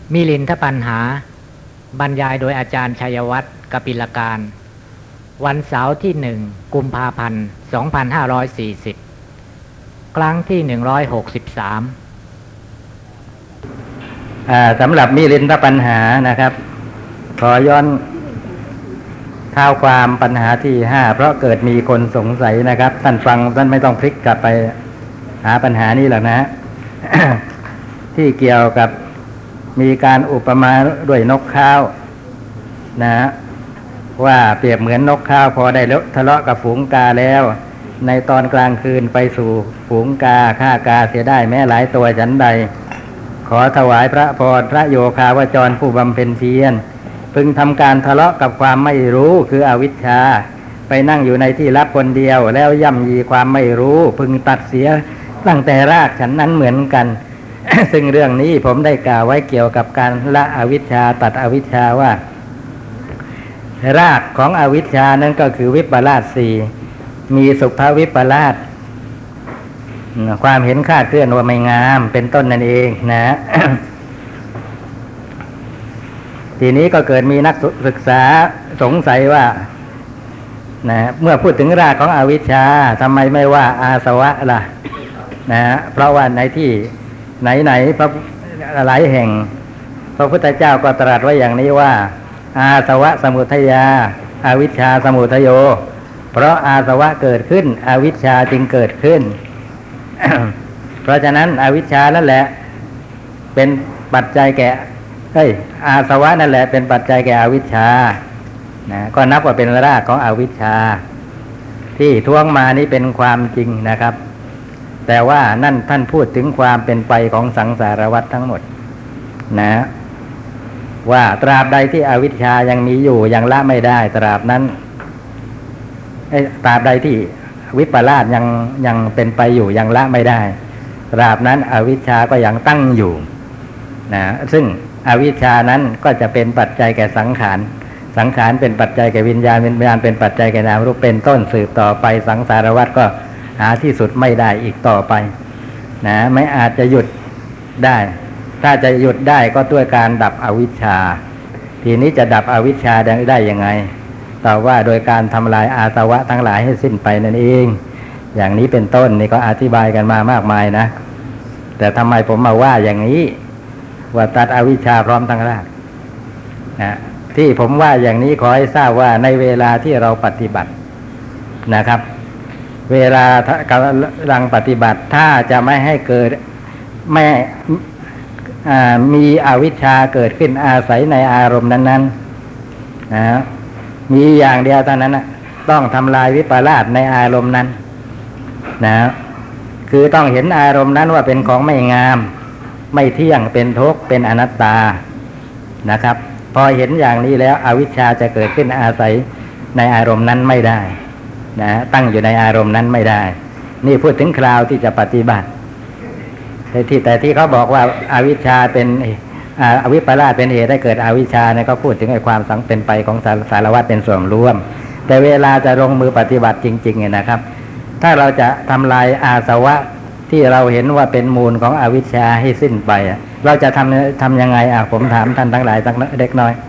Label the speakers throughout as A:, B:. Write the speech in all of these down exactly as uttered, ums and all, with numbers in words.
A: มิลินทปัญหาบรรยายโดยอาจารย์ชัยวัฒน์กปิลการวันเสาร์ที่หนึ่งกุมภาพันธ์สองพันห้าร้อยสี่สิบครั้งที่หนึ่งร้อยหกสิบสาม
B: สำหรับมิลินทปัญหานะครับขอย้อนข้าวความปัญหาที่ห้าเพราะเกิดมีคนสงสัยนะครับท่านฟังท่านไม่ต้องพลิกกลับไปหาปัญหานี้หรอกนะ ที่เกี่ยวกับมีการอุปมาด้วยนกข้าวนะว่าเปรียบเหมือนนกข้าวพอได้ทะเลาะกับฝูงกาแล้วในตอนกลางคืนไปสู่ฝูงกาฆ่ากาเสียได้แม้หลายตัวฉันใดขอถวายพระพรพระโยคาวจรผู้บำเพ็ญเพียรพึงทำการทะเลาะกับความไม่รู้คืออวิชชาไปนั่งอยู่ในที่ลับคนเดียวแล้วย่ำยีความไม่รู้พึงตัดเสียตั้งแต่รากฉันนั้นเหมือนกัน ซึ่งเรื่องนี้ผมได้กล่าวไว้เกี่ยวกับการละอวิชชาตัดอวิชชาว่ารากของอวิชชานั้นก็คือวิปลาสสี่มีสุภวิปลาสความเห็นคลาดเคลื่อนว่าไม่งามเป็นต้นนั่นเองนะ ทีนี้ก็เกิดมีนักศึกษาสงสัยว่านะเมื่อพูดถึงรากของอวิชชาทำไมไม่ว่าอาสวะล่ะนะเพราะว่าในที่ไหนๆพระหลายแห่งพระพุทธเจ้าก็ตรัสไว้อย่างนี้ว่าอาสวะสมุทัยาอวิชชาสมุทัยโยเพราะอาสวะเกิดขึ้นอวิชชาจึงเกิดขึ้น เพราะฉะนั้นอวิชชานั่นแหละเป็นปัจจัยแก่เฮ้ยอาสวะนั่นแหละเป็นปัจจัยแก่อวิชชานะก็นับว่าเป็นรากของอวิชชาที่ท้วงมานี้เป็นความจริงนะครับแต่ว่านั่นท่านพูดถึงความเป็นไปของสังสารวัฏทั้งหมดนะว่าตราบใดที่อวิชชายังมีอยู่ยังละไม่ได้ตราบนั้นไอ้ตราบใดที่วิปลาสยังยังเป็นไปอยู่ยังละไม่ได้ตราบนั้นอวิชชาก็ยังตั้งอยู่นะซึ่งอวิชชานั้นก็จะเป็นปัจจัยแก่สังขารสังขารเป็นปัจจัยแก่วิญญาณวิญญาณเป็นปัจจัยแก่นามรูปเป็นต้นสืบต่อไปสังสารวัฏก็หาที่สุดไม่ได้อีกต่อไปนะไม่อาจจะหยุดได้ถ้าจะหยุดได้ก็ด้วยการดับอวิชชาทีนี้จะดับอวิชชาได้ยังไงตอบว่าโดยการทำลายอาสวะทั้งหลายให้สิ้นไปนั่นเองอย่างนี้เป็นต้นนี่ก็อธิบายกันมามากมายนะแต่ทำไมผมมาว่าอย่างนี้ว่าตัดอวิชชาพร้อมทั้งรากนะที่ผมว่าอย่างนี้ขอให้ทราบว่าในเวลาที่เราปฏิบัตินะครับเวลากำลังปฏิบัติถ้าจะไม่ให้เกิดไม่มีอวิชชาเกิดขึ้นอาศัยในอารมณ์นั้นๆนะมีอย่างเดียวเท่านั้นนะต้องทำลายวิปลาสในอารมณ์นั้นนะคือต้องเห็นอารมณ์นั้นว่าเป็นของไม่งามไม่เที่ยงเป็นทุกข์เป็นอนัตตานะครับพอเห็นอย่างนี้แล้วอวิชชาจะเกิดขึ้นอาศัยในอารมณ์นั้นไม่ได้นะตั้งอยู่ในอารมณ์นั้นไม่ได้นี่พูดถึงคราวที่จะปฏิบัติแต่ที่แต่ที่เขาบอกว่าอาวิชชาเป็นอวิปลาสเป็นเหตุให้เกิดอวิชชาเนี่ยเขาพูดถึงไอ้ความสังเป็นไปของสารวัฏเป็นส่วนรวมแต่เวลาจะลงมือปฏิบัติจริงๆเนี่ยนะครับถ้าเราจะทำลายอาสวะที่เราเห็นว่าเป็นมูลของอวิชชาให้สิ้นไปเราจะทำทำยังไงอ่ะผมถามท่านทั้งหลายสักเล็กน้อย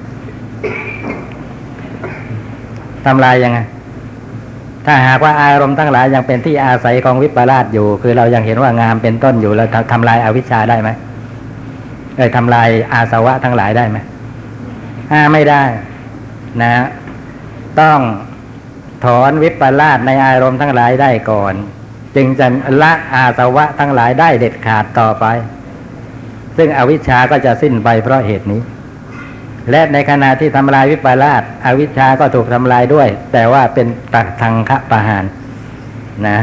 B: ทำลายยังไงถ้าหากว่าอารมณ์ทั้งหลายยังเป็นที่อาศัยของวิปลาสอยู่คือเรายังเห็นว่างามเป็นต้นอยู่เราทำลายอวิชชาได้ไหมเอ้ยทำลายอาสวะทั้งหลายได้ไหมอ่าไม่ได้นะต้องถอนวิปลาสในอารมณ์ทั้งหลายได้ก่อนจึงจะละอาสวะทั้งหลายได้เด็ดขาดต่อไปซึ่งอวิชชาก็จะสิ้นไปเพราะเหตุนี้และในขณะที่ทำลายวิปลาสอวิชชาก็ถูกทำลายด้วยแต่ว่าเป็นตัทังคปหานนะ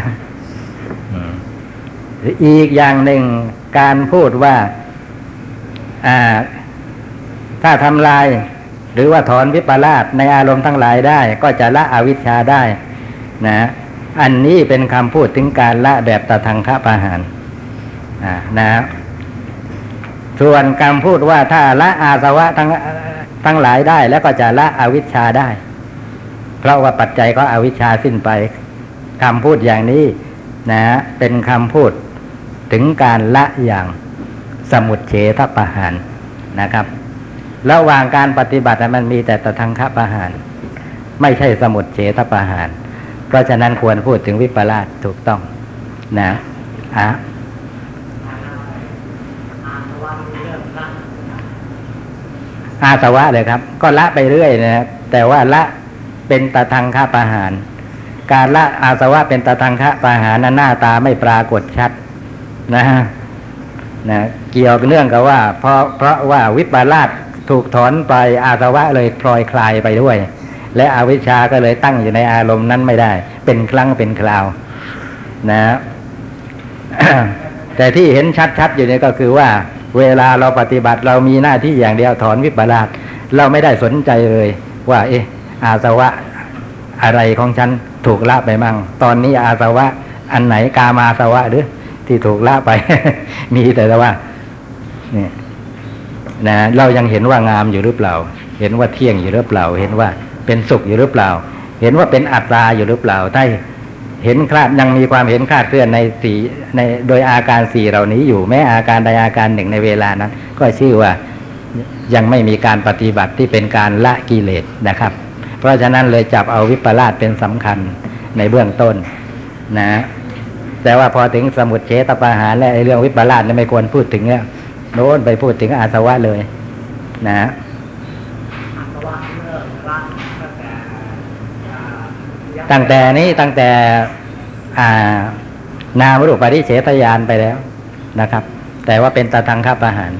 B: อีกอย่างหนึ่งการพูดว่าอ่าถ้าทำลายหรือว่าถอนวิปลาสในอารมณ์ทั้งหลายได้ก็จะละอวิชชาได้นะอันนี้เป็นคำพูดถึงการละแบบตทังคปหานอ่านะส่วนคำพูดว่าถ้าละอาสวะทั้งทั้งหลายได้แล้วก็จะละอวิชชาได้เพราะว่าปัจจัยก็อวิชชาสิ้นไปคำพูดอย่างนี้นะเป็นคำพูดถึงการละอย่างสมุจเฉทปหานนะครับ ระหว่างการปฏิบัติมันมีแต่ตทังคประหารไม่ใช่สมุจเฉทประหารเพราะฉะนั้นควรพูดถึงวิปลาสถูกต้องนะอ่ะอาสวะเลยครับก็ละไปเรื่อยนะครับแต่ว่าละเป็นตทังคประหารการละอาสวะเป็นตทังคประหารนั้นหน้าตาไม่ปรากฏชัดนะนะเกี่ยวเนื่องกับว่าเพราะเพราะว่าวิปลาสถูกถอนไปอาสวะเลยพลอยคลายไปด้วยและอวิชชาก็เลยตั้งอยู่ในอารมณ์นั้นไม่ได้เป็นครั้งเป็นคราวนะ แต่ที่เห็นชัดๆอยู่นี่ก็คือว่าเวลาเราปฏิบัติเรามีหน้าที่อย่างเดียวถอนวิปลาสเราไม่ได้สนใจเลยว่าเอ๊ะอาสวะอะไรของฉันถูกละไปมั่งตอนนี้อาสวะอันไหนกามาสวะหรือที่ถูกละไป มีแต่ว่านี่นะเรายังเห็นว่างามอยู่หรือเปล่าเห็นว่าเที่ยงอยู่หรือเปล่าเห็นว่าเป็นสุขอยู่หรือเปล่าเห็นว่าเป็นอัตตาอยู่หรือเปล่าถ้าเห็นคลาดยังมีความเห็นคลาดเคลื่อนในสี่ในโดยอาการสี่เหล่านี้อยู่แม้อาการใดอาการหนึ่งในเวลานั้นก็ชื่อว่ายังไม่มีการปฏิบัติที่เป็นการละกิเลสนะครับเพราะฉะนั้นเลยจับเอาวิปลาสเป็นสำคัญในเบื้องต้นนะแต่ว่าพอถึงสมุจเฉทประหารและไอ้เรื่องวิปลาสนี่ไม่ควรพูดถึงเนี่ยโน้นไปพูดถึงอาสวะเลยนะตั้งแต่นี้ตั้งแต่นามรูปปริเฉทญาณไปแล้วนะครับแต่ว่าเป็นตทังคประหาร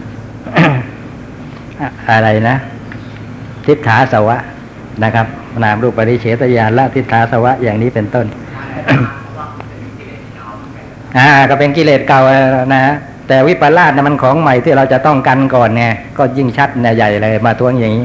B: อะไรนะทิฏฐาสวะนะครับนามรูปปริเฉทญาณละทิฏฐาสวะอย่างนี้เป็นต้น อ่าก็เป็นกิเลสเก่านะแต่วิปลาสนะมันของใหม่ที่เราจะต้องกันก่อนไงก็ยิ่งชัดเนี่ยใหญ่เลยมาทวงอย่างนี้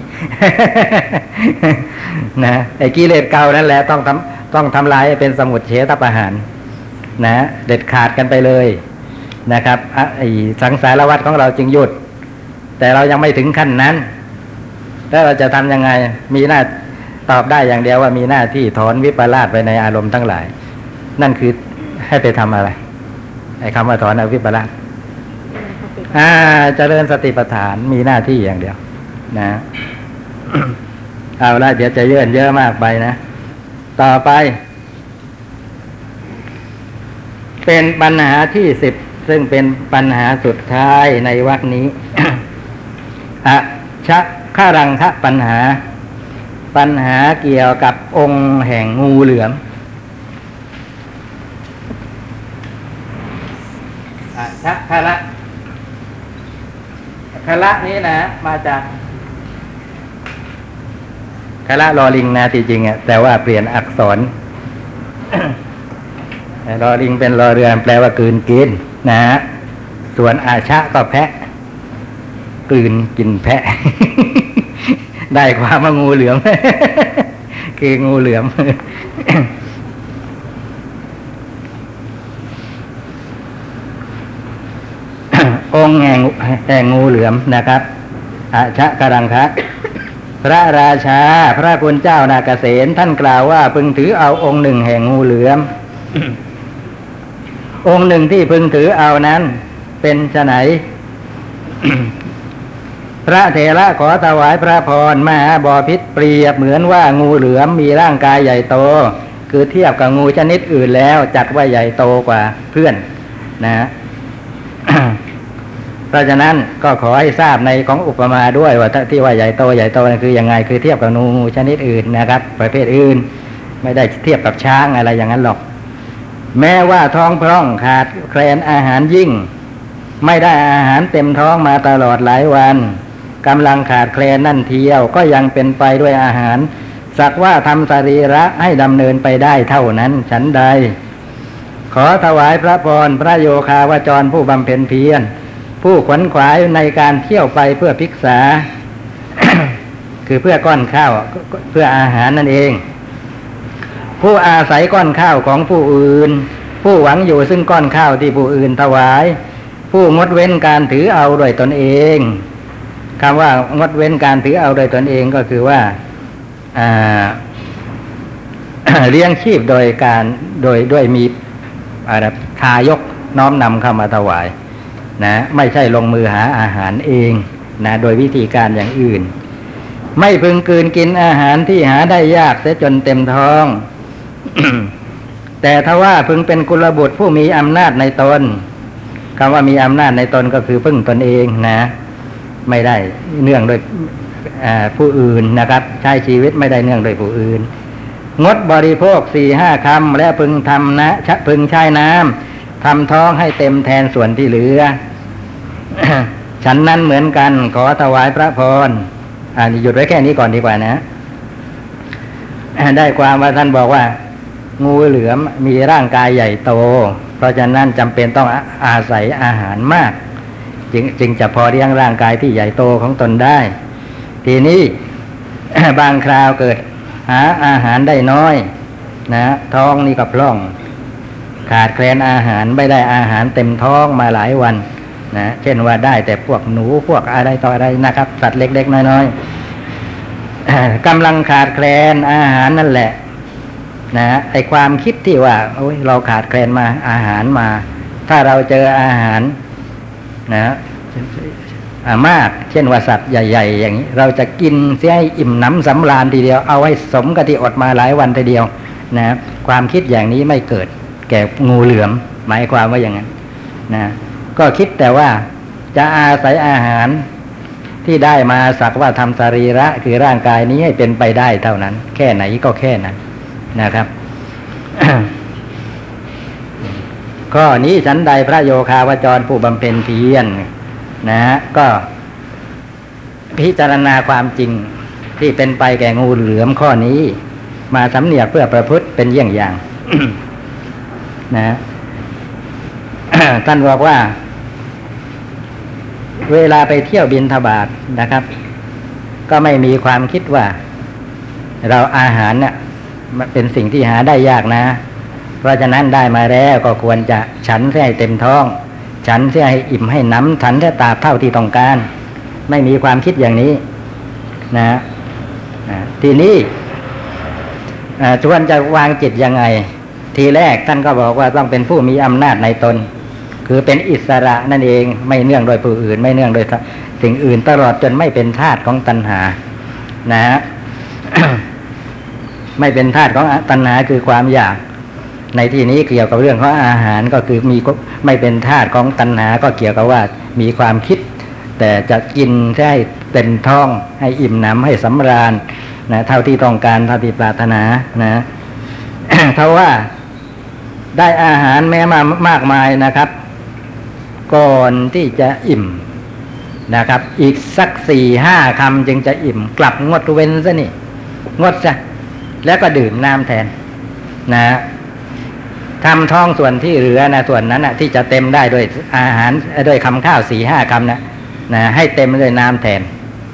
B: นะไอ้กิเลสเก่านั่นแหละต้องทำต้องทำลายเป็นสมุจเฉทประหารนะเด็ดขาดกันไปเลยนะครับไอ้สังสารวัฏของเราจึงหยุดแต่เรายังไม่ถึงขั้นนั้นแล้วเราจะทำยังไงมีหน้าตอบได้อย่างเดียวว่ามีหน้าที่ถอนวิปลาสไปในอารมณ์ทั้งหลายนั่นคือให้ไปทำอะไรไอ้คำว่าถอนวิปลาสอ่าเจริญสติปัฏฐานมีหน้าที่อย่างเดียวนะ เอาละเดี๋ยวจะเยื่นเยอะมากไปนะต่อไปเป็นปัญหาที่สิบซึ่งเป็นปัญหาสุดท้ายในวรรคนี้ อะชะฆารังคะปัญหาปัญหาเกี่ยวกับองค์แห่งงูเหลือมอะชะฆาระฆาระนี้นะมาจากฆาระลอลิงนะที่จริงอ่ะแต่ว่าเปลี่ยนอักษร ลอลิงเป็นลอเรือแปลว่ากลืนกินนะฮะส่วนอาชะก็แพะกลืนกินแพะ ได้ความว่างูเหลือม คืองูเหลือม องค์แห่งแห่งงูเหลือมนะครับอาชะกรังคะพระราชาพระคุณเจ้านาเกษตรท่านกล่าวว่าพึงถือเอาองค์หนึ่งแห่งงูเหลือม องค์หนึ่งที่พึงถือเอานั้นเป็นไฉน พระเถระขอถวายพระพรมหาบพิตรเปรียบเหมือนว่างูเหลือมมีร่างกายใหญ่โตคือเทียบกับงูชนิดอื่นแล้วจัดว่าใหญ่โตกว่าเพื่อนนะ เพราะฉะนั้นก็ขอให้ทราบในของอุปมาด้วยว่าที่ว่าใหญ่โตใหญ่โตนั่นคือยังไงคือเทียบกับงูชนิดอื่นนะครับประเภทอื่นไม่ได้เทียบกับช้างอะไรอย่างนั้นหรอกแม้ว่าท้องพร่องขาดแคลนอาหารยิ่งไม่ได้อาหารเต็มท้องมาตลอดหลายวันกำลังขาดแคลนนั่นเทียวก็ยังเป็นไปด้วยอาหารสักว่าทำสรีระให้ดำเนินไปได้เท่านั้นฉันใดขอถวายพระพรพระโยคาวจรผู้บำเพ็ญเพียรผู้ขวนขวายในการเที่ยวไปเพื่อภิกษา คือเพื่อก้อนข้าวเพื่ออาหารนั่นเองผู้อาศัยก้อนข้าวของผู้อื่นผู้หวังอยู่ซึ่งก้อนข้าวที่ผู้อื่นถวายผู้งดเว้นการถือเอาโดยตนเองคำว่างดเว้นการถือเอาโดยตนเองก็คือว่า เลี้ยงชีพโดยการโดยด้วยมีอะไรทายกน้อมนำเข้ามาถวายนะไม่ใช่ลงมือหาอาหารเองนะโดยวิธีการอย่างอื่นไม่พึงกลืนกินอาหารที่หาได้ยากเสียจนเต็มท้อง แต่ถ้าว่าพึงเป็นกุลบุตรผู้มีอำนาจในตนคำว่ามีอำนาจในตนก็คือพึ่งตนเองนะไม่ได้เนื่องโดยผู้อื่นนะครับใช้ชีวิตไม่ได้เนื่องโดยผู้อื่นงดบริโภคสี่ห้าคำและพึงทำนะพึงใช้น้ำทำท้องให้เต็มแทนส่วนที่เหลือ ฉันนั้นเหมือนกันขอถวายพระพรอ่าหยุดไว้แค่นี้ก่อนดีกว่านะ ได้ความว่าท่านบอกว่างูเหลือมมีร่างกายใหญ่โตเพราะฉะนั้นจำเป็นต้องอาศัยอาหารมากจึงจึงจะพอเลี้ยงร่างกายที่ใหญ่โตของตนได้ทีนี้ บางคราวเกิดหาอาหารได้น้อยนะท้องนี่ก็พร่องขาดแคลนอาหารไม่ได้อาหารเต็มท้องมาหลายวันนะเช่นว่าได้แต่พวกหนูพวกอะไรต่ออะไรนะครับสัตว์เล็กๆน้อยๆ กำลังขาดแคลนอาหารนั่นแหละนะไอความคิดที่ว่าโอ้ยเราขาดแคลนมาอาหารมาถ้าเราเจออาหารนะมากเช่นว่าสัตว์ใหญ่ๆอย่างนี้เราจะกินเสียให้อิ่มหนำสำราญทีเดียวเอาให้สมกับที่อดมาหลายวันทีเดียวนะความคิดอย่างนี้ไม่เกิดแก่งูเหลือมหมายความว่าอย่างนั้นนะก็คิดแต่ว่าจะอาศัยอาหารที่ได้มาสักว่าทำสรีระคือร่างกายนี้ให้เป็นไปได้เท่านั้นแค่ไหนก็แค่นั้นนะครับ ข้อนี้ฉันใดพระโยคาวจรผู้บำเพ็ญเพียรนะฮะก็พิจารณาความจริงที่เป็นไปแก่งูเหลือมข้อนี้มาสำเนียกเพื่อประพฤติเป็นเยี่ยงอย่าง นะ ท่านบอกว่าเวลาไปเที่ยวบิณฑบาตนะครับก็ไม่มีความคิดว่าเราอาหารเนี่ยมันเป็นสิ่งที่หาได้ยากนะเพราะฉะนั้นได้มาแล้วก็ควรจะฉันให้เต็มท้องฉันให้อิ่มให้น้ำฉันให้ตราบเท่าที่ต้องการไม่มีความคิดอย่างนี้นะทีนี้ชวนจะวางจิตยังไงทีแรกท่านก็บอกว่าต้องเป็นผู้มีอำนาจในตนคือเป็นอิสระนั่นเองไม่เนื่องโดยผู้อื่นไม่เนื่องโดยสิ่งอื่นตลอดจนไม่เป็นทาสของตัณหานะ ไม่เป็นทาสของตัณหาคือความอยากในที่นี้เกี่ยวกับเรื่องของอาหารก็คือมีไม่เป็นทาสของตัณหาก็เกี่ยวกับว่ามีความคิดแต่จะกินให้เต็มท้องให้อิ่มหนำให้สำราญนะเท่าที่ต้องการเท่าที่ปรารถนานะ เท่าว่าได้อาหารแม้มามากมายนะครับก่อนที่จะอิ่มนะครับอีกสักสี่ห้าคำจึงจะอิ่มกลับงดเว้นซะนี่งดซะแล้วก็ดื่มน้ำแทนนะทำท้องส่วนที่เหลือนะส่วนนั้นนะที่จะเต็มได้ด้วยอาหารด้วยคำข้าวสี่ห้าคำนะนะให้เต็มด้วยน้ำแทน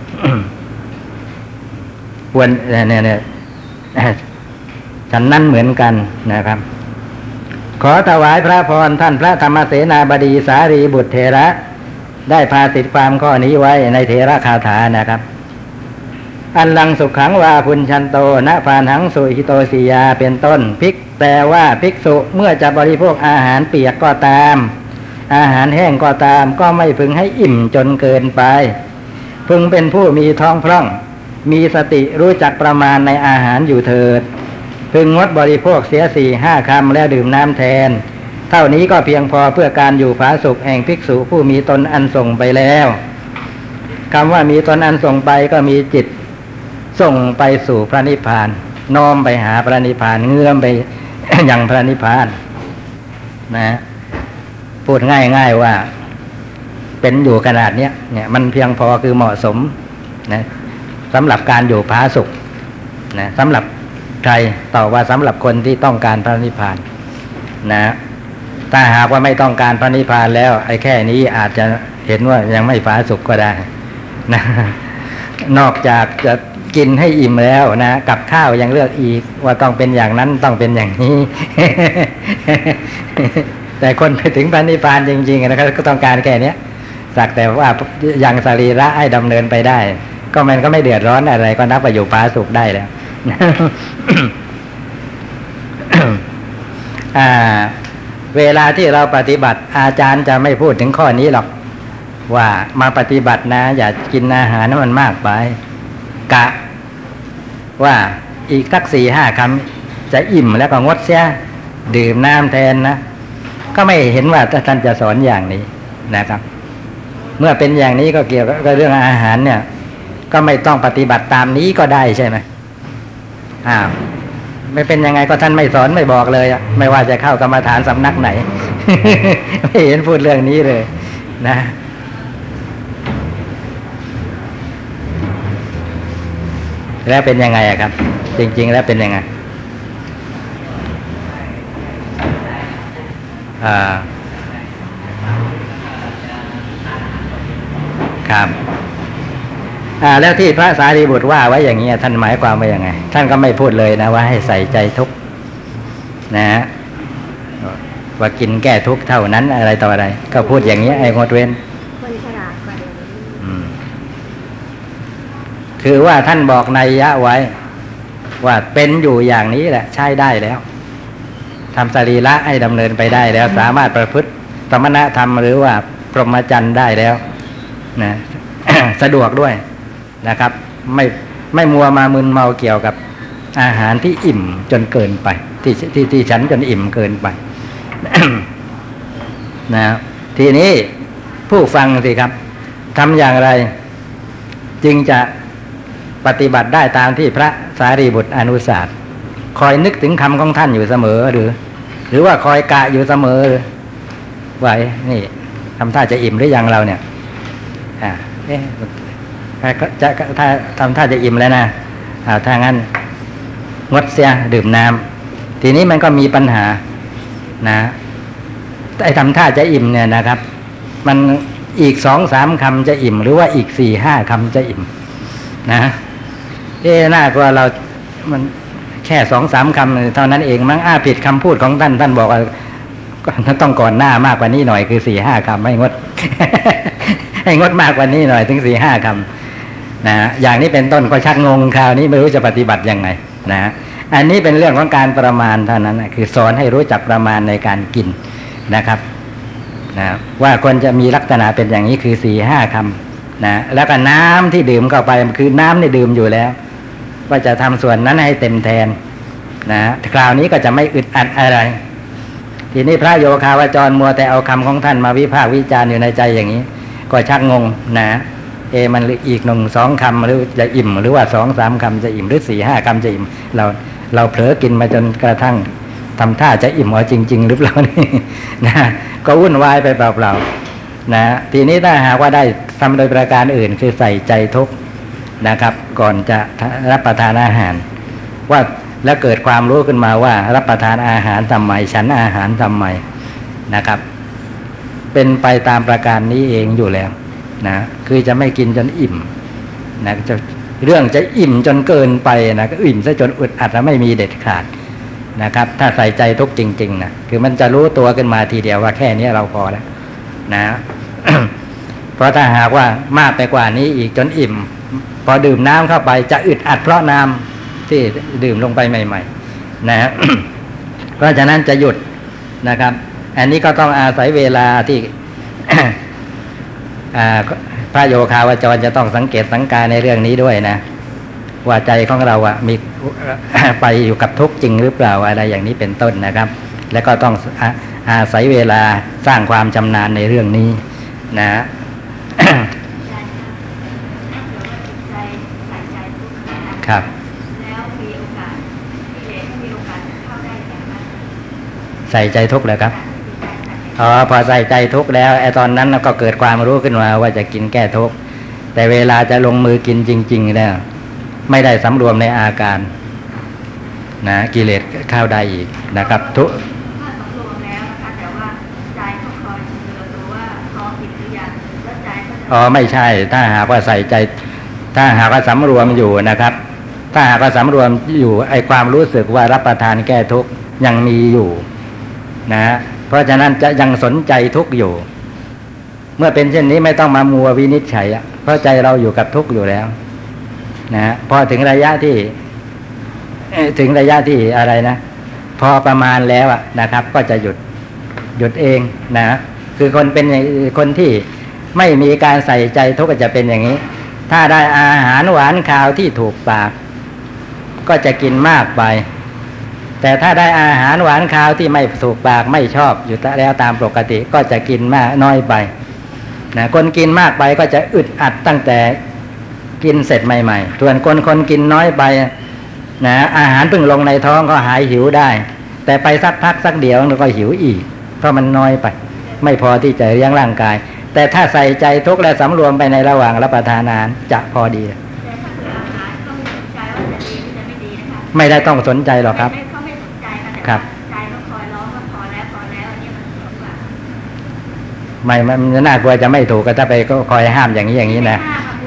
B: ควรเนี่ยเนี่ยฉันนั้นเหมือนกันนะครับขอถวายพระพรท่านพระธรรมเสนาบดีสารีบุตรเถระได้พาสิทธิความข้อนี้ไว้ในเถระคาถานะครับอันลังสุขังวาพุญชันโตนะพานหังสุหิโตสิยาเป็นต้นภิกแต่ว่าภิกษุเมื่อจะบริโภคอาหารเปียกก็ตามอาหารแห้งก็ตามก็ไม่พึงให้อิ่มจนเกินไปพึงเป็นผู้มีท้องพร่องมีสติรู้จักประมาณในอาหารอยู่เถิดพึงงดบริโภคเสียสี่ห้าคำแล้วดื่มน้ำแทนเท่านี้ก็เพียงพอเพื่อการอยู่ผาสุกแห่งภิกษุผู้มีตนอันส่งไปแล้วคำว่ามีตนอันส่งไปก็มีจิตส่งไปสู่พระนิพพานน้อมไปหาพระนิพพานเงื่อมไป ยังพระนิพพานนะพูดง่ายๆว่าเป็นอยู่ขนาดเนี้ยเนี่ยมันเพียงพอคือเหมาะสมนะสำหรับการอยู่ผาสุกนะสำหรับใครต่อว่าสำหรับคนที่ต้องการพระนิพพานนะถ้าหากว่าไม่ต้องการพระนิพพานแล้วไอ้แค่นี้อาจจะเห็นว่ายังไม่ผาสุกก็ได้นะนอกจากจะกินให้อิ่มแล้วนะกับข้าวยังเลือกอีกว่าต้องเป็นอย่างนั้นต้องเป็นอย่างนี้ แต่คนไปถึงพระนิพพานจริงๆนะครับก็ต้องการแค่นี้สักแต่ว่ายังสรีระให้ดำเนินไปได้ก็มันก็ไม่เดือดร้อนอะไรก็นับว่าอยู่ผาสุกได้แล้ว อ่าเวลาที่เราปฏิบัติอาจารย์จะไม่พูดถึงข้อนี้หรอกว่ามาปฏิบัตินะอย่ากินอาหารนั้นมันมากไปกะว่าอีกสักสี่ห้าคำจะอิ่มแล้วก็งดเสียดื่มน้ำแทนนะก็ไม่เห็นว่าท่านจะสอนอย่างนี้นะครับ เมื่อเป็นอย่างนี้ก็เกี่ยวกับเรื่องอาหารเนี่ยก็ไม่ต้องปฏิบัติตามนี้ก็ได้ใช่ไหมอ้าวไม่เป็นยังไงก็ท่านไม่สอนไม่บอกเลยอะไม่ว่าจะเข้ากรรมฐานสำนักไหน ไม่เห็นพูดเรื่องนี้เลยนะแล้วเป็นยังไงอะครับ จริงๆแล้วเป็นยังไงอ่าครับอ่าแล้วที่พระสารีบุตรว่าไว้อย่างนี้ท่านหมายความว่าอย่างไงท่านก็ไม่พูดเลยนะว่าให้ใส่ใจทุกข์นะฮะว่ากินแก้ทุกข์เท่านั้นอะไรต่ออะไรก็พูดอย่างนี้ไอ้งดเว้นคนฉลาดกว่าเดิมคือว่าท่านบอกนัยยะไว้ว่าเป็นอยู่อย่างนี้แหละใช้ได้แล้วทำสรีระให้ดำเนินไปได้แล้วสามารถประพฤติสมณธรรมหรือว่าพรหมจรรย์ได้แล้วนะ สะดวกด้วยนะครับไม่ไม่มัวมามึนเมาเกี่ยวกับอาหารที่อิ่มจนเกินไปที่ที่ที่ฉันจนอิ่มเกินไป นะทีนี้ผู้ฟังสิครับทำอย่างไรจึงจะปฏิบัติได้ตามที่พระสารีบุตรอนุสาสน์คอยนึกถึงคำของท่านอยู่เสมอหรือหรือว่าคอยกะอยู่เสมอไว้นี่ทำท่าจะอิ่มหรือยังเราเนี่ยอ่าเอ๊ะจะถ้าทำท่าจะอิ่มแล้วนะอ่าถ้างั้นงดเสียดื่มน้ำทีนี้มันก็มีปัญหานะไอ้ทำท่าจะอิ่มเนี่ยนะครับมันอีกสองสามคำจะอิ่มหรือว่าอีกสี่ห้าคำจะอิ่มนะเอ๊ะน่ากลัวเรามันแค่สองสามคำเท่านั้นเองมั้งอ้าผิดคำพูดของท่านท่านบอกว่าต้องก่อนหน้ามากกว่านี้หน่อยคือสี่ห้าคำให้งด ให้งดมากกว่านี้หน่อยถึงสี่ห้าคำนะอย่างนี้เป็นต้นก็ชักงงคราวนี้ไม่รู้จะปฏิบัติยังไงนะอันนี้เป็นเรื่องของการประมาณเท่านั้นนะคือสอนให้รู้จักประมาณในการกินนะครับนะว่าควรจะมีลักษณะเป็นอย่างนี้คือสี่ห้าคำนะแล้วก็น้ำที่ดื่มเข้าไปคือน้ำที่ดื่มอยู่แล้วว่าจะทำส่วนนั้นให้เต็มแทนนะคราวนี้ก็จะไม่อึดอัดอะไรทีนี้พระโยคาวจรมัวแต่เอาคำของท่านมาวิพากษ์วิจารณ์อยู่ในใจอย่างนี้ก็ชักงงนะเอมันอีกหนึ่งสองคำหรือจะอิ่มหรือว่าสองสามคำจะอิ่มหรือสี่ห้าคำจะอิ่มเราเราเผลอกินมาจนกระทั่งทำท่าจะอิ่มเอาจริงๆหรือเปล่านี่นะก็วุ่นวายไปเปล่าๆนะทีนี้ถ้าหากว่าได้ทำโดยประการอื่นคือใส่ใจทุกนะครับก่อนจะรับประทานอาหารว่าแล้วเกิดความรู้ขึ้นมาว่ารับประทานอาหารทำไมฉันอาหารทำไมนะครับเป็นไปตามประการนี้เองอยู่แล้วนะคือจะไม่กินจนอิ่มนะจะเรื่องจะอิ่มจนเกินไปนะก็อิ่มซะจนอึดอัดแล้วไม่มีเด็ดขาดนะครับถ้าใส่ใจทุกจริงๆนะคือมันจะรู้ตัวขึ้นมาทีเดียวว่าแค่นี้เราพอแล้วนะ เพราะถ้าหากว่ามากไปกว่านี้อีกจนอิ่มพอดื่มน้ำเข้าไปจะอึดอัดเพราะน้ำที่ดื่มลงไปใหม่ๆนะ เพราะฉะนั้นจะหยุดนะครับอันนี้ก็ต้องอาศัยเวลาที่ พระโยคาวจรจะต้องสังเกตสังการในเรื่องนี้ด้วยนะว่าใจของเราอะมี ไปอยู่กับทุกข์จริงหรือเปล่าอะไรอย่างนี้เป็นต้นนะครับแล้วก็ต้องอาศัยเวลาสร้างความชำนาญในเรื่องนี้นะ ครับใส่ใจทุกข์เลยครับอ๋อพอใส่ใจทุกข์แล้วไอ้ตอนนั้นก็เกิดความรู้ขึ้นมาว่าจะกินแก้ทุกข์แต่เวลาจะลงมือกินจริงๆแล้วไม่ได้สำรวมในอาการนะกิเลสเข้าได้อีกนะครับทุกอ๋อไม่ใช่ถ้าหากว่าใส่ใจถ้าหากว่าสำรวมอยู่นะครับถ้าหากว่าสำรวมอยู่ไอ้ความรู้สึกว่ารับประทานแก้ทุกข์ยังมีอยู่นะเพราะฉะนั้นจะยังสนใจทุกข์อยู่เมื่อเป็นเช่นนี้ไม่ต้องมามัววินิจฉัยเพราะใจเราอยู่กับทุกข์อยู่แล้วนะพอถึงระยะที่ถึงระยะที่อะไรนะพอประมาณแล้วนะครับก็จะหยุดหยุดเองนะคือคนเป็นคนที่ไม่มีการใส่ใจทุกข์ก็จะเป็นอย่างนี้ถ้าได้อาหารหวานคาวที่ถูกปากก็จะกินมากไปแต่ถ้าได้อาหารหวานคาวที่ไม่ถูกปากไม่ชอบอยู่แล้วตามปกติก็จะกินมากน้อยไปนะคนกินมากไปก็จะอึดอัดตั้งแต่กินเสร็จใหม่ๆส่วนคนคนกินน้อยไปนะอาหารเพิ่งลงในท้องก็หายหิวได้แต่ไปสักพักสักเดียวมันก็หิวอีกเพราะมันน้อยไปไม่พอที่จะเลี้ยงร่างกายแต่ถ้าใส่ใจทุกข์และสำรวมไปในระหว่างรับประทานอาหารจะพอดีไม่ได้ต้องสนใจหรอกครับครับไม่มันน่ากลัวจะไม่ถูกก็ถ้าไปก็คอยห้ามอย่างนี้อย่างนี้นะ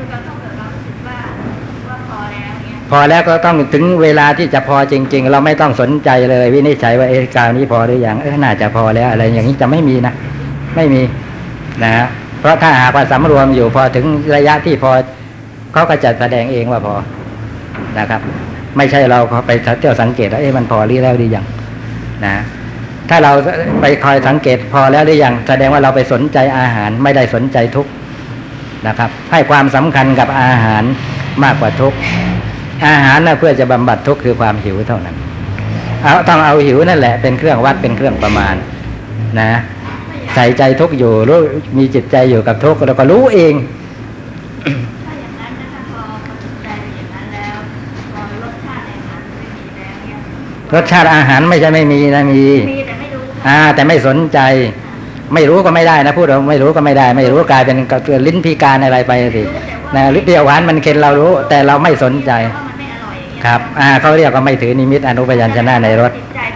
B: พอแล้วก็ต้องถึงเวลาที่จะพอจริงๆเราไม่ต้องสนใจเลยวินิจฉัยว่าเอ๊ะกาวนี้พอหรือยังเออน่าจะพอแล้วอะไรอย่างนี้จะไม่มีนะไม่มีนะเพราะถ้าหากว่าสำรวมอยู่พอถึงระยะที่พอเขาก็จะแสดงเองว่าพอนะครับไม่ใช่เราไปเที่ยวสังเกตว่าเอ๊ะมันพอหรือแล้วหรือยังนะถ้าเราไปคอยสังเกตพอแล้วหรือยังแสดงว่าเราไปสนใจอาหารไม่ได้สนใจทุกข์นะครับให้ความสำคัญกับอาหารมากกว่าทุกข์อาหารนะเพื่อจะบำบัดทุกข์คือความหิวเท่านั้นเอาต้องเอาหิวนั่นแหละเป็นเครื่องวัดเป็นเครื่องประมาณนะใส่ใจทุกข์อยู่รู้มีจิตใจอยู่กับทุกข์แล้วก็รู้เองรสชาติอาหารไม่ใช่ไม่มีนะมีอ่าแต่ไม่สนใจไม่รู้ก็ไม่ได้นะพูดเราไม่รู้ก็ไม่ได้ไม่รู้กลายเป็นลิ้นพิการอะไรไปสินะลิ้นเปรี้ยวหวานมันเค็มเรารู้แต่เราไม่สนใจครับอ่าเขาเรียกว่าไม่ถือนิมิตอนุปยัญชนะในรส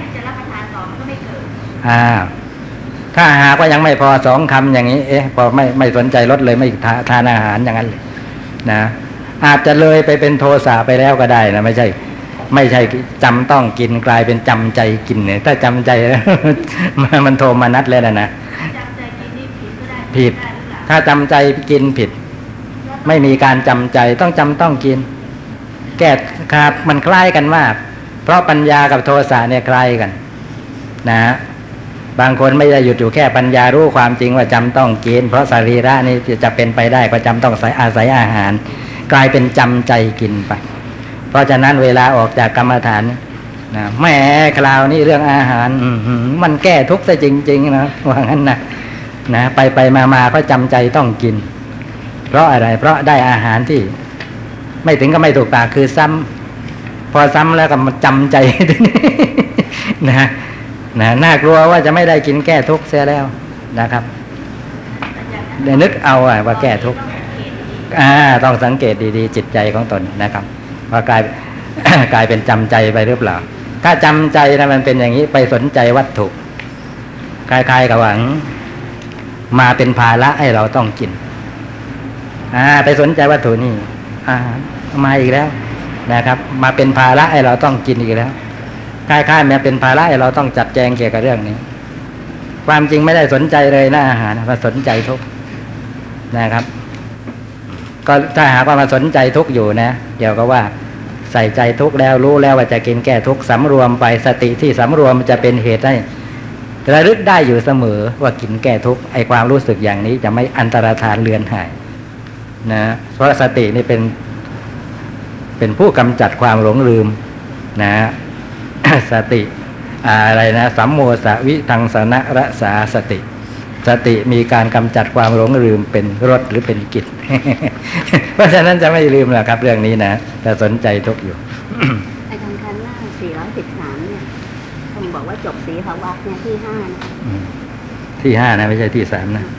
B: อ่าถ้าหากว่ายังไม่พอสองคำอย่างนี้เอ๊ะพอไม่ไม่สนใจรสเลยไม่ทานอาหารอย่างนั้นเลยนะอาจจะเลยไปเป็นโทสะไปแล้วก็ได้นะไม่ใช่ไม่ใช่จำต้องกินกลายเป็นจำใจกินเนี่ยถ้าจำใจแล้ว มันโทมนัสแล้วนะผิดถ้าจำใจกินผิดไม่มีการจำใจต้องจำต้องกินแก้ครับมันคล้ายกันมากเพราะปัญญากับโทสะเนี่ยคล้ายกันนะบางคนไม่ได้หยุดอยู่แค่ปัญญารู้ความจริงว่าจำต้องกินเพราะสรีระนี่จะเป็นไปได้ก็จำต้องอาศัยอาหารกลายเป็นจำใจกินไปเพราะฉะนั้นเวลาออกจากกรรมฐานนะแหมคราวนี้เรื่องอาหารมันแก้ทุกข์ซะจริงๆนะว่างั้นนะนะไปไปมามาก็จำใจต้องกินเพราะอะไรเพราะได้อาหารที่ไม่ถึงก็ไม่ถูกปากคือซ้ำพอซ้ำแล้วก็มันจำใจนะนะน่ากลัวว่าจะไม่ได้กินแก้ทุกข์เสียแล้วนะครับเดี๋ยวนึกเอาว่าแก้ทุกข์อ่าต้องสังเกตดีๆจิตใจของตนนะครับว่ากลาย กลายเป็นจำใจไปหรือเปล่าถ้าจำใจนะมันเป็นอย่างนี้ไปสนใจวัตถุคล้ายๆกับหวังมาเป็นภาระให้เราต้องกินอ่าไปสนใจวัตถุนี่อ่ามาอีกแล้วนะครับมาเป็นภาระให้เราต้องกินอีกแล้วคล้ายๆมันเป็นภาระให้เราต้องจัดแจงเกี่ยวกับเรื่องนี้ความจริงไม่ได้สนใจเลยนะอาหารมาสนใจทุกนะครับก็ถ้าหากว่ามาสนใจทุกอยู่นะเกี่ยวกับว่าใส่ใจทุกแล้วรู้แล้วว่าจะกินแก้ทุกสำรวมไปสติที่สำรวมจะเป็นเหตุให้ระลึกได้อยู่เสมอว่ากินแก้ทุกไอความรู้สึกอย่างนี้จะไม่อันตรธานเลือนหายนะเพราะสตินี่เป็นเป็นผู้กำจัดความหลงลืมนะ สติอะไรนะสัมโมสวิทังสนะระสาสติสติมีการกำจัดความหลงลืมเป็นรสหรือเป็นกิจ เพราะฉะนั้นจะไม่ลืมหรอกครับเรื่องนี้นะแต่สนใจทุกอยู่
C: อาจารย์คันหน้าสี่ร้อยสิบสามเนี่ยผมบอกว่าจบสีภาวะเนี่ยที่ห้านะ
B: ที่ห้านะไม่ใช่ที่สามนะ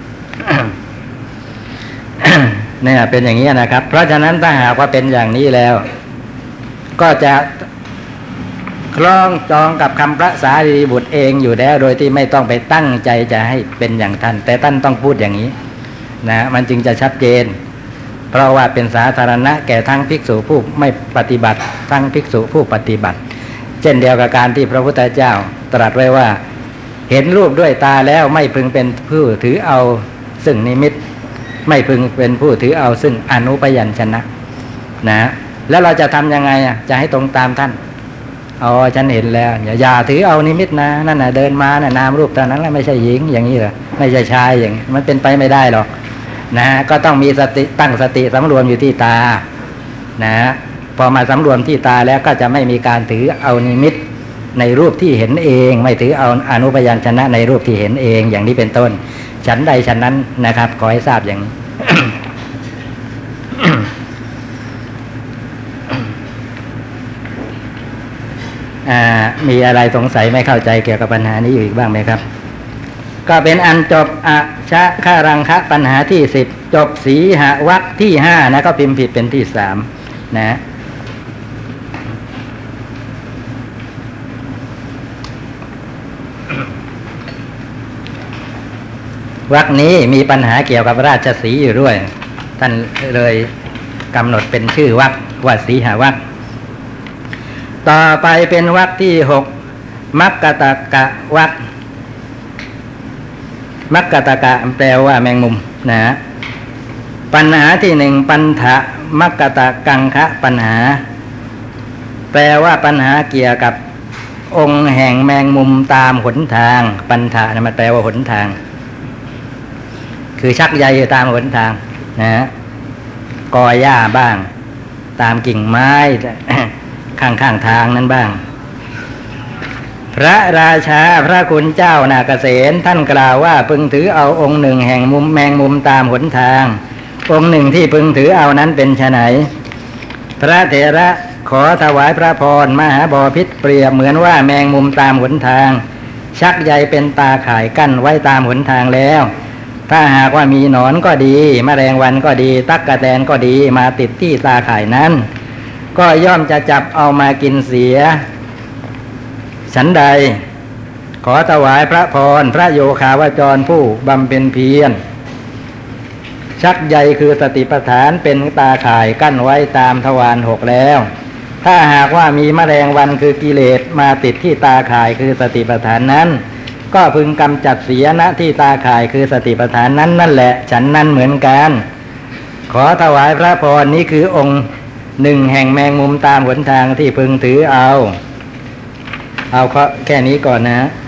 B: เนี่ยเป็นอย่างนี้นะครับเพราะฉะนั้นถ้าหากว่าเป็นอย่างนี้แล้วก็จะคล้องจองกับคำพระสารีบุตรเองอยู่แล้วโดยที่ไม่ต้องไปตั้งใจจะให้เป็นอย่างท่านแต่ท่านต้องพูดอย่างนี้นะมันจึงจะชัดเจนเพราะว่าเป็นสาธารณะแก่ทั้งภิกษุผู้ไม่ปฏิบัติทั้งภิกษุผู้ปฏิบัติเช่นเดียวกับการที่พระพุทธเจ้าตรัสไว้ว่าเห็นรูปด้วยตาแล้วไม่พึงเป็นผู้ถือเอาซึ่งนิมิตไม่พึงเป็นผู้ถือเอาซึ่งอนุปยัญชนะนะแล้วเราจะทำยังไงอ่ะจะให้ตรงตามท่านอ๋อฉันเห็นแล้วอย่าอย่าถือเอานิมิตนะนั่นน่ะเดินมาน่ะนามรูปเท่านั้นแหละไม่ใช่หญิงอย่างนี้เหรอไม่ใช่ชายอย่างมันเป็นไปไม่ได้หรอกนะฮะก็ต้องมีสติตั้งสติสำรวมอยู่ที่ตานะฮะพอมาสำรวมที่ตาแล้วก็จะไม่มีการถือเอานิมิตในรูปที่เห็นเองไม่ถือเอาอนุพยัญชนะในรูปที่เห็นเองอย่างนี้เป็นต้นฉันใดฉันนั้นนะครับขอให้ทราบอย่างนี้ มีอะไรสงสัยไม่เข้าใจเกี่ยวกับปัญหานี้อยู่อีกบ้างไหมครับก็เป็นอันจบอะชะฆารังคะปัญหาที่สิบจบสีหวรรคที่ห้านะก็พิมพ์ผิดเป็นที่สามนะวรรคนี้มีปัญหาเกี่ยวกับราชสีห์อยู่ด้วยท่านเลยกำหนดเป็นชื่อวรรคว่าสีหวรรคต่อไปเป็นวรรคที่หกมัคคตกะวรรคมัคคตกะแปลว่าแมงมุมนะปัญหาที่หนึ่งปันทะมัคคตกังคะปัญหาแปลว่าปัญหาเกี่ยวกับองค์แห่งแมงมุมตามหนทางปันทะนะมันแปลว่าหนทางคือชักใยอยู่ตามหนทางนะกอหญ้าบ้างตามกิ่งไม้ ข้างๆทางนั้นบ้างพระราชาพระคุณเจ้านาเกษตรท่านกล่าวว่าพึงถือเอาองค์หนึ่งแห่งมุมแมงมุมตามหนทางองค์หนึ่งที่พึงถือเอานั้นเป็นไฉนพระเถระขอถวายพระพรมหาบพิตรเปรียบเหมือนว่าแมงมุมตามหนทางชักใยเป็นตาข่ายกั้นไว้ตามหนทางแล้วถ้าหากว่ามีหนอนก็ดีแมลงวันก็ดีตั๊กแตนก็ดีมาติดที่ตาข่ายนั้นก็ย่อมจะจับเอามากินเสียฉันใดขอถวายพระพรพระโยคาวจรผู้บำเพ็ญเพียรชักใยคือสติปัฏฐานเป็นตาข่ายกั้นไว้ตามทวารหกแล้วถ้าหากว่ามีแมลงวันคือกิเลสมาติดที่ตาข่ายคือสติปัฏฐานนั้นก็พึงกำจัดเสียณที่ตาข่ายคือสติปัฏฐานนั้นนั่นแหละฉันนั้นเหมือนกันขอถวายพระพรนี้คือองค์หนึ่งแห่งแมงมุมตามหนทางที่พึงถือเอาเอาแค่นี้ก่อนนะ